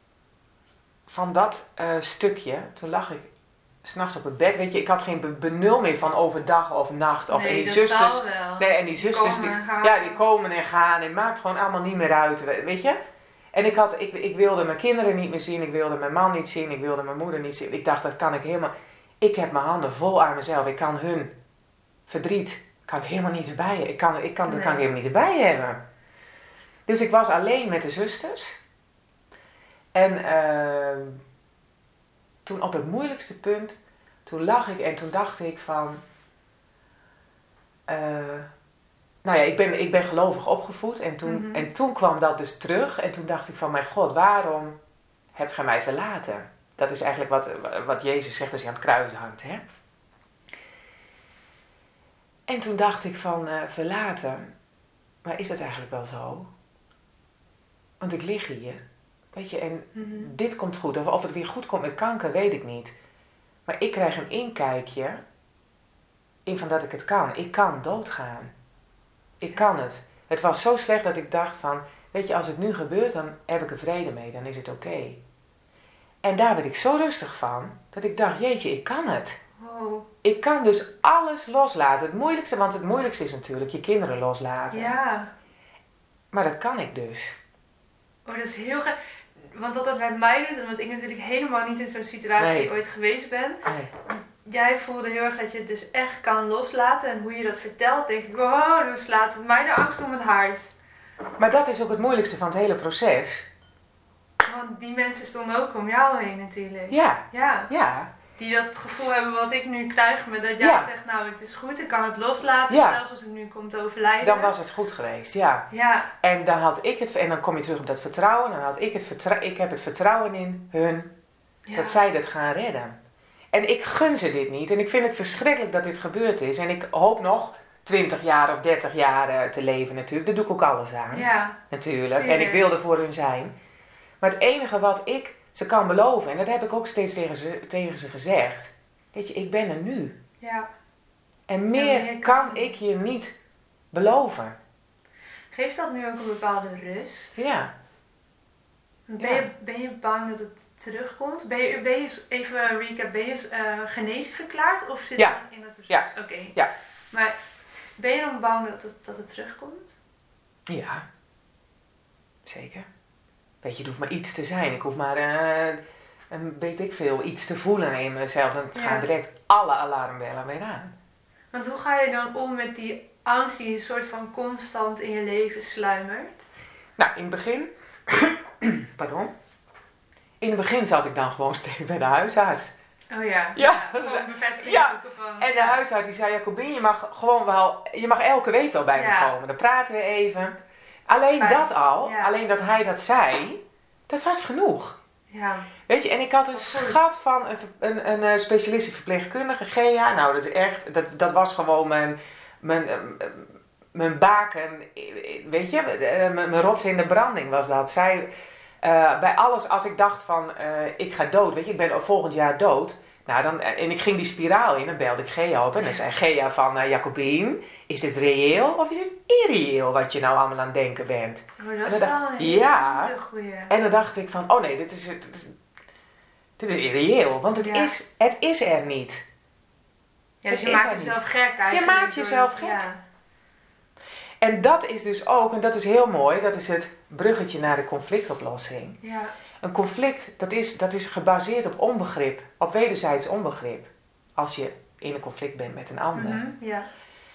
van dat eh, stukje, toen lag ik 's nachts op het bed, weet je, ik had geen be- benul meer van overdag of nacht. Of, nee, en die dat zusters, zal wel. nee, en die zusters, komen die, en gaan. ja, die komen en gaan. En het maakt gewoon allemaal niet meer uit, we- weet je. En ik, had, ik, ik wilde mijn kinderen niet meer zien, ik wilde mijn man niet zien, ik wilde mijn moeder niet zien. Ik dacht, dat kan ik helemaal... Ik heb mijn handen vol aan mezelf, ik kan hun verdriet, kan ik helemaal niet erbij hebben. Ik kan, ik kan, dat Nee. kan ik helemaal niet erbij hebben. Dus ik was alleen met de zusters. En uh, toen op het moeilijkste punt, toen lag ik en toen dacht ik van... Uh, nou ja, ik ben, ik ben gelovig opgevoed en toen, Mm-hmm. en toen kwam dat dus terug. En toen dacht ik van, mijn God, waarom hebt gij mij verlaten? Dat is eigenlijk wat, wat Jezus zegt als hij aan het kruis hangt, hè? En toen dacht ik van, uh, verlaten, maar is dat eigenlijk wel zo? Want ik lig hier, weet je, en Mm-hmm. dit komt goed. Of, of het weer goed komt met kanker, weet ik niet. Maar ik krijg een inkijkje in van dat ik het kan. Ik kan doodgaan. Ik kan het. Het was zo slecht dat ik dacht van, weet je, als het nu gebeurt, dan heb ik er vrede mee, dan is het oké. Okay. En daar werd ik zo rustig van, dat ik dacht, jeetje, ik kan het. Wow. Ik kan dus alles loslaten. Het moeilijkste, want het moeilijkste is natuurlijk je kinderen loslaten. Ja. Maar dat kan ik dus. Oh, dat is heel gek. Want wat dat met mij doet, omdat ik natuurlijk helemaal niet in zo'n situatie Nee. ooit geweest ben. Nee. Jij voelde heel erg dat je het dus echt kan loslaten. En hoe je dat vertelt, denk ik, wow, dan slaat het mij de angst om het hart. Maar dat is ook het moeilijkste van het hele proces. Want die mensen stonden ook om jou heen natuurlijk. Ja, Ja. ja, Die dat gevoel hebben wat ik nu krijg met dat jij Ja. zegt, nou het is goed, ik kan het loslaten. Ja. Zelfs als ik nu kom te overlijden. dan was het goed geweest, ja. Ja. En dan had ik het, en dan kom je terug op dat vertrouwen, dan had ik het vertrouwen, ik heb het vertrouwen in hun, Ja. dat zij dat gaan redden. En ik gun ze dit niet, en ik vind het verschrikkelijk dat dit gebeurd is, en ik hoop nog twintig jaar of dertig jaar uh, te leven natuurlijk, daar doe ik ook alles aan, Ja. natuurlijk, Tuurlijk. en ik wil er voor hun zijn. Maar het enige wat ik ze kan beloven, en dat heb ik ook steeds tegen ze, tegen ze gezegd, weet je, ik ben er nu. Ja. En meer meer kan kan je ik je niet beloven. Geeft dat nu ook een bepaalde rust? Ja. Ben, Ja. je, ben je bang dat het terugkomt? Ben je, ben je even een recap, ben je uh, genezen verklaard of zit Ja. je nog in dat proces? Ja. Oké. Okay. Ja. Maar ben je dan bang dat het, dat het terugkomt? Ja. Zeker. Weet je, het hoeft maar iets te zijn. Ik hoef maar, uh, een, weet ik veel, iets te voelen in mezelf. Dan gaan Ja. direct alle alarmbellen weer aan. Want hoe ga je dan om met die angst die een soort van constant in je leven sluimert? Nou, in het begin... pardon. In het begin zat ik dan gewoon steeds bij de huisarts. Oh ja. Ja. Gewoon bevestiging Ja. zoeken van... En de huisarts die zei, Jacobine, je mag gewoon wel... Je mag elke week wel bij Ja. me komen. Dan praten we even. Alleen Fijn. dat al, Ja. alleen dat hij dat zei, dat was genoeg. Ja. Weet je, en ik had een Goed. schat van een, een, een, een specialistische verpleegkundige, G E A. Nou, dat is echt, dat, dat was gewoon mijn, mijn, mijn baken, weet je, mijn, mijn rots in de branding was dat. Zij, Uh, bij alles, als ik dacht van, uh, ik ga dood, weet je, ik ben volgend jaar dood. Nou, dan, en ik ging die spiraal in, dan belde ik Gea op. En dan zei Gea van, uh, Jacobien, is dit reëel of is het irreëel wat je nou allemaal aan het denken bent? Oh, dat is wel dacht, een hele ja. goeie. En dan dacht ik van, oh nee, dit is, dit is, dit is irreëel, want het, ja. is, het is er niet. Ja, dus het je maakt jezelf gek eigenlijk. Je maakt jezelf gek. Ja. En dat is dus ook, en dat is heel mooi, dat is het bruggetje naar de conflictoplossing. Ja. Een conflict, dat is, dat is gebaseerd op onbegrip, op wederzijds onbegrip. Als je in een conflict bent met een ander. Mm-hmm, ja.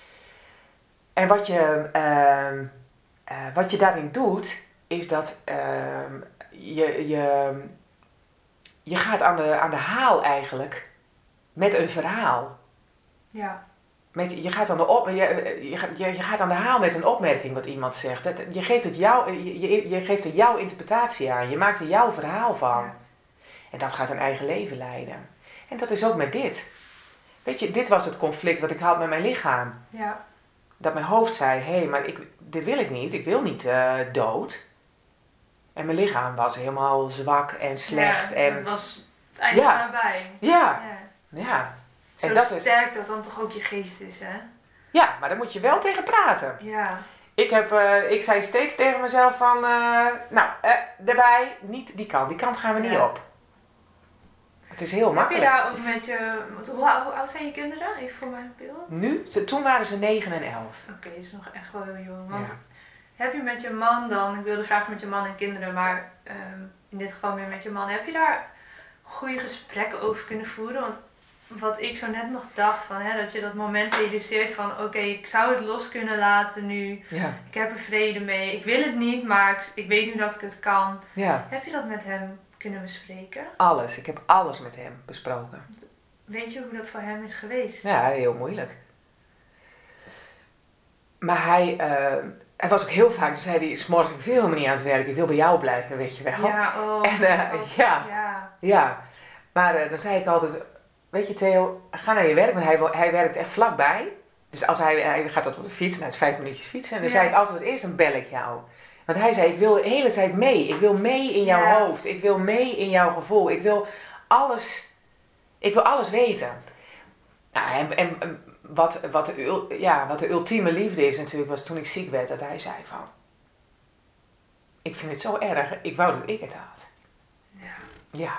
En wat je, uh, uh, wat je daarin doet, is dat uh, je, je, je gaat aan de, aan de haal eigenlijk met een verhaal. Ja. Met, je, gaat aan de op, je, je, je gaat aan de haal met een opmerking wat iemand zegt. Dat, je, geeft het jou, je, je geeft er jouw interpretatie aan. Je maakt er jouw verhaal van. Ja. En dat gaat een eigen leven leiden. En dat is ook met dit. Weet je, dit was het conflict wat ik had met mijn lichaam. Ja. Dat mijn hoofd zei, hé, hey, maar ik, dit wil ik niet. Ik wil niet uh, dood. En mijn lichaam was helemaal zwak en slecht. Ja, en het was het einde ja. nabij. Ja, ja. ja. Zo en dat sterk is, dat dan toch ook je geest is, hè? Ja, maar daar moet je wel tegen praten. Ja. Ik, heb, uh, ik zei steeds tegen mezelf van, uh, nou, uh, daarbij, niet die kant. Die kant gaan we ja. niet op. Het is heel heb makkelijk. Heb je daar ook met je, hoe, hoe oud zijn je kinderen? Even voor mijn beeld. Nu? Toen waren ze negen en elf. Oké, okay, dat is nog echt wel heel jong. Want ja. heb je met je man dan, ik wilde vragen met je man en kinderen, maar um, in dit geval meer met je man. Heb je daar goede gesprekken over kunnen voeren? Want wat ik zo net nog dacht, van, hè, dat je dat moment realiseert van oké, okay, ik zou het los kunnen laten nu. Ja. Ik heb er vrede mee. Ik wil het niet, maar ik, ik weet nu dat ik het kan. Ja. Heb je dat met hem kunnen bespreken? Alles. Ik heb alles met hem besproken. Weet je hoe dat voor hem is geweest? Ja, heel moeilijk. Maar hij, uh, hij was ook heel vaak, dan zei hij, 's morgens, ik wil helemaal niet aan het werk, ik wil bij jou blijven, weet je wel. Ja, oh. En, uh, oh ja, ja. ja. Maar uh, dan zei ik altijd, weet je Theo, ga naar je werk, want hij, hij werkt echt vlakbij. Dus als hij, hij gaat op de fiets, nou het is vijf minuutjes fietsen. En dan ja. zei ik altijd, eerst dan bel ik jou. Want hij zei, ik wil de hele tijd mee. Ik wil mee in jouw ja. hoofd. Ik wil mee in jouw gevoel. Ik wil alles, ik wil alles weten. Nou, en, en wat, wat, de, ja, wat de ultieme liefde is natuurlijk, was toen ik ziek werd, dat hij zei van, ik vind het zo erg, ik wou dat ik het had. Ja. Ja.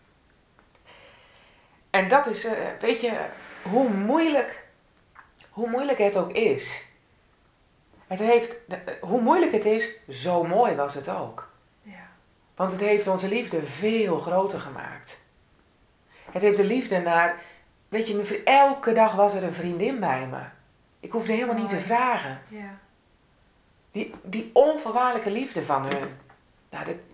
En dat is, uh, weet je, hoe moeilijk, hoe moeilijk het ook is. Het heeft, hoe moeilijk het is, zo mooi was het ook. Ja. Want het heeft onze liefde veel groter gemaakt. Het heeft de liefde naar, weet je, elke dag was er een vriendin bij me. Ik hoefde helemaal mooi. niet te vragen. Ja. Die, die onvoorwaardelijke liefde van hun. Nou, dat,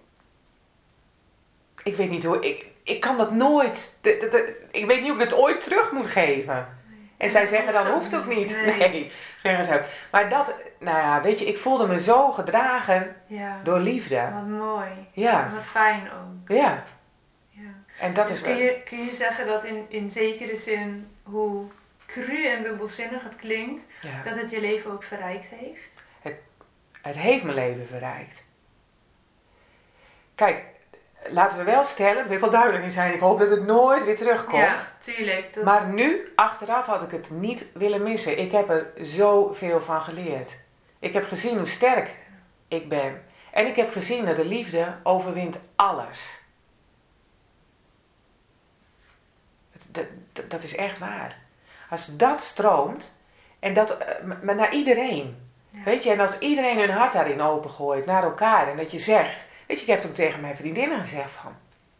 ik weet niet hoe, ik, ik kan dat nooit, de, de, de, ik weet niet hoe ik het ooit terug moet geven. Nee. En zij zeggen dan, hoeft ook niet. Nee, nee zeggen ze ook. Maar dat, nou ja, weet je, ik voelde me zo gedragen ja. door liefde. Wat mooi. Ja. En wat fijn ook. Ja. ja. En dat dus is kun je, kun je zeggen dat in, in zekere zin, hoe cru en dubbelzinnig het klinkt, ja. dat het je leven ook verrijkt heeft? Het, het heeft mijn leven verrijkt. Kijk, laten we wel stellen, daar wil ik wel duidelijk in zijn, ik hoop dat het nooit weer terugkomt. Ja, tuurlijk. Dat... Maar nu, achteraf had ik het niet willen missen. Ik heb er zoveel van geleerd. Ik heb gezien hoe sterk ik ben. En ik heb gezien dat de liefde overwint alles. Dat, dat, dat is echt waar. Als dat stroomt, en dat, maar naar iedereen. Ja. Weet je, en als iedereen hun hart daarin opengooit, naar elkaar, en dat je zegt, weet je, ik heb het ook tegen mijn vriendinnen gezegd van,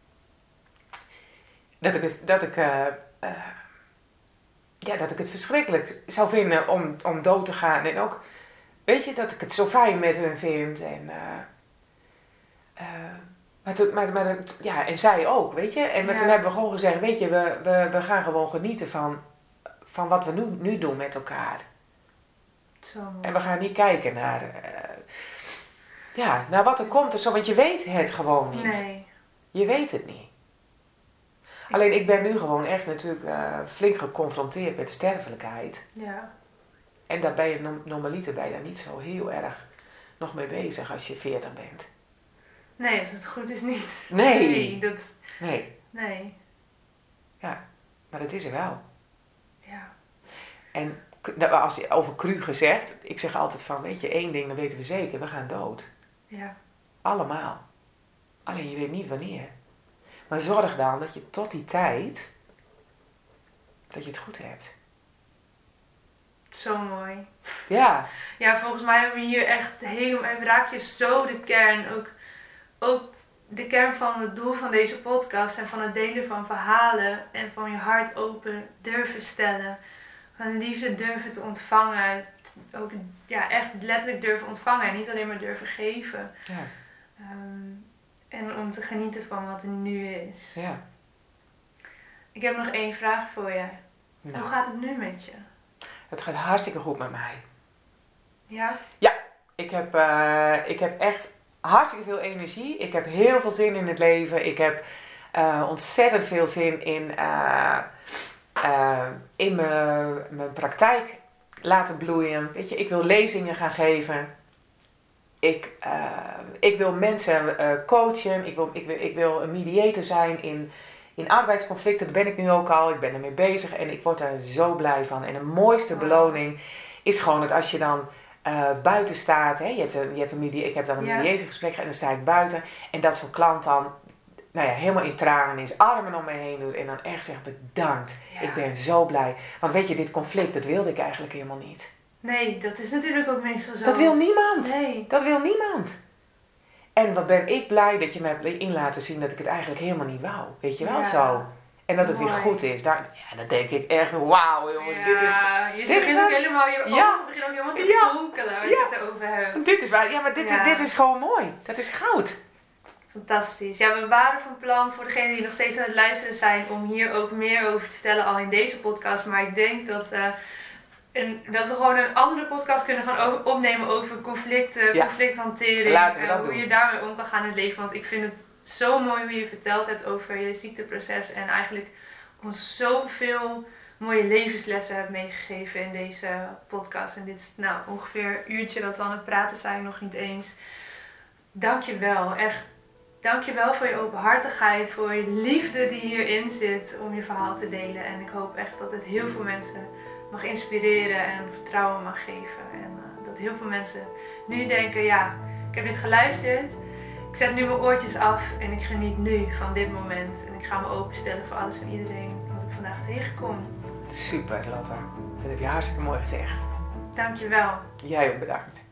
dat ik het, dat ik, uh, uh, ja, dat ik het verschrikkelijk zou vinden om, om dood te gaan. En ook, weet je, dat ik het zo fijn met hun vind. En, uh, uh, maar, to, maar, maar ja, en zij ook, weet je. En ja. toen hebben we gewoon gezegd, weet je, we, we, we gaan gewoon genieten van, van wat we nu, nu doen met elkaar. Zo mooi. En we gaan niet kijken naar, uh, ja, naar wat er komt. Of zo, want je weet het gewoon niet. Nee. Je weet het niet. Alleen ik ben nu gewoon echt natuurlijk uh, flink geconfronteerd met de sterfelijkheid. Ja. En daar ben je normaliter ben je daar niet zo heel erg nog mee bezig als je veertig bent. Nee, als het goed is niet. Nee. Nee. Dat... Nee. Nee. Ja, maar dat is er wel. Ja. En als je over cru gezegd, ik zeg altijd van, weet je, één ding, dan weten we zeker, we gaan dood. Ja. Allemaal. Alleen je weet niet wanneer. Maar zorg dan dat je tot die tijd, dat je het goed hebt. Zo mooi. Ja. Ja, volgens mij hebben we hier echt helemaal, raak je zo de kern, ook, ook de kern van het doel van deze podcast en van het delen van verhalen en van je hart open durven stellen. Van liefde durven te ontvangen. Ook ja, echt letterlijk durven ontvangen en niet alleen maar durven geven. Ja. Um, en om te genieten van wat er nu is. Ja. Ik heb nog één vraag voor je. Nou, hoe gaat het nu met je? Het gaat hartstikke goed met mij. Ja? Ja, ik heb, uh, ik heb echt hartstikke veel energie. Ik heb heel veel zin in het leven. Ik heb uh, ontzettend veel zin in, uh, uh, in mijn praktijk laten bloeien. Weet je, ik wil lezingen gaan geven. Ik, uh, ik wil mensen uh, coachen. Ik wil, ik, wil, ik wil een mediator zijn in, in arbeidsconflicten. Dat ben ik nu ook al. Ik ben ermee bezig en ik word daar zo blij van. En de mooiste beloning is gewoon dat als je dan uh, buiten staat. Hè, je hebt een, je hebt een media, ik heb dan een ja. mediatorgesprek en dan sta ik buiten. En dat zo'n klant dan nou ja, helemaal in tranen is. Armen om me heen doet. En dan echt zegt bedankt. Ja. Ik ben zo blij. Want weet je, dit conflict, dat wilde ik eigenlijk helemaal niet. Nee, dat is natuurlijk ook meestal zo. Dat wil niemand. Nee. Dat wil niemand. En wat ben ik blij dat je me hebt in laten zien dat ik het eigenlijk helemaal niet wou. Weet je wel ja. zo. En dat het Mooi. weer goed is. Daar, ja, dan denk ik echt, wauw jongen, ja, dit is... Je dit begint is ook helemaal, je ogen ja. beginnen ook helemaal te Ja. fonkelen als Ja. je het erover hebt. Dit is waar, ja maar dit, ja. dit is gewoon mooi. Dat is goud. Fantastisch. Ja, we waren van plan voor degenen die nog steeds aan het luisteren zijn om hier ook meer over te vertellen al in deze podcast. Maar ik denk dat... Uh, En dat we gewoon een andere podcast kunnen gaan over, opnemen over conflicten, ja. conflicthantering. Laten we dat en hoe doen. je daarmee om kan gaan in het leven. Want ik vind het zo mooi hoe je verteld hebt over je ziekteproces. En eigenlijk ons zoveel mooie levenslessen hebt meegegeven in deze podcast. En dit is nou ongeveer een uurtje dat we aan het praten zijn, nog niet eens. Dank je wel, echt. Dank je wel voor je openhartigheid, voor je liefde die hierin zit om je verhaal te delen. En ik hoop echt dat het heel veel mensen mag inspireren en vertrouwen mag geven. En uh, dat heel veel mensen nu denken, ja, ik heb dit geluisterd. Ik zet nu mijn oortjes af en ik geniet nu van dit moment. En ik ga me openstellen voor alles en iedereen wat ik vandaag tegenkom. Super Lotte, dat heb je hartstikke mooi gezegd. Dankjewel. Jij ook bedankt.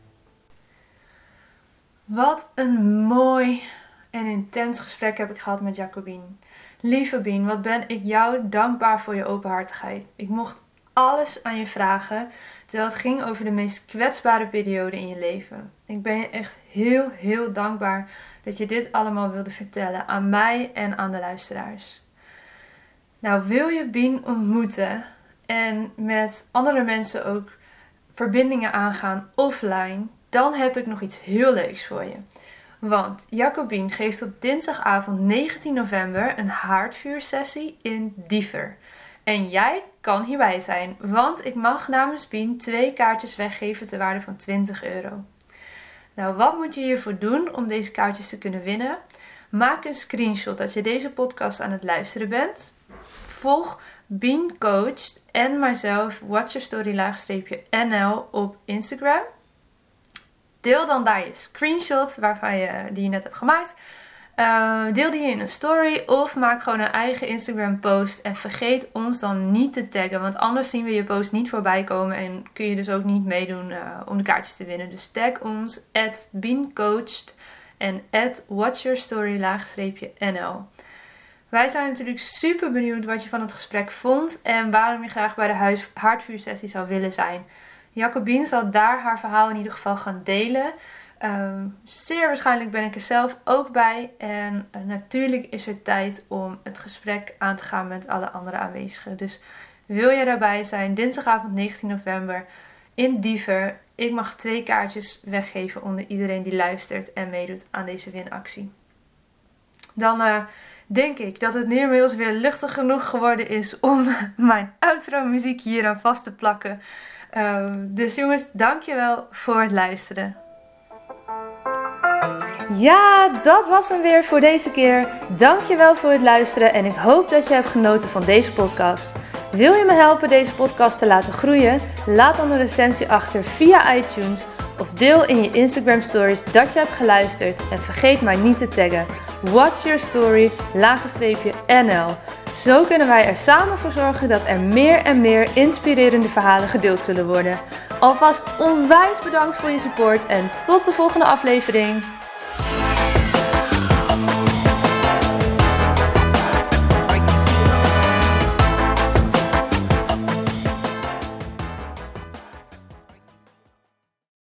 Wat een mooi en intens gesprek heb ik gehad met Jacobine. Lieve Bien, wat ben ik jou dankbaar voor je openhartigheid. Ik mocht alles aan je vragen, terwijl het ging over de meest kwetsbare periode in je leven. Ik ben je echt heel, heel dankbaar dat je dit allemaal wilde vertellen aan mij en aan de luisteraars. Nou, wil je Bien ontmoeten en met andere mensen ook verbindingen aangaan offline, dan heb ik nog iets heel leuks voor je. Want Jacobine geeft op dinsdagavond negentien november een haardvuursessie in Diever. En jij kan hierbij zijn, want ik mag namens Bien twee kaartjes weggeven ter waarde van twintig euro. Nou, wat moet je hiervoor doen om deze kaartjes te kunnen winnen? Maak een screenshot dat je deze podcast aan het luisteren bent. Volg Bien Coached en mijzelf, watchyourstory-N L op Instagram. Deel dan daar je screenshot waarvan je, die je net hebt gemaakt. Uh, deel die in een story of maak gewoon een eigen Instagram post. En vergeet ons dan niet te taggen. Want anders zien we je post niet voorbij komen. En kun je dus ook niet meedoen uh, om de kaartjes te winnen. Dus tag ons at beancoached en at watchyourstory-N L. Wij zijn natuurlijk super benieuwd wat je van het gesprek vond. En waarom je graag bij de huis- haardvuursessie zou willen zijn. Jacobine zal daar haar verhaal in ieder geval gaan delen. Um, zeer waarschijnlijk ben ik er zelf ook bij. En uh, natuurlijk is er tijd om het gesprek aan te gaan met alle andere aanwezigen. Dus wil je daarbij zijn, dinsdagavond negentien november in Diever. Ik mag twee kaartjes weggeven onder iedereen die luistert en meedoet aan deze winactie. Dan uh, denk ik dat het nu inmiddels weer luchtig genoeg geworden is om mijn outro muziek hier aan vast te plakken. Uh, dus jongens, dankjewel voor het luisteren. Ja, dat was hem weer voor deze keer. Dankjewel voor het luisteren en ik hoop dat je hebt genoten van deze podcast. Wil je me helpen deze podcast te laten groeien? Laat dan een recensie achter via iTunes of deel in je Instagram stories dat je hebt geluisterd en vergeet mij niet te taggen. What's your story, laagstreepje N L. Zo kunnen wij er samen voor zorgen dat er meer en meer inspirerende verhalen gedeeld zullen worden. Alvast onwijs bedankt voor je support en tot de volgende aflevering.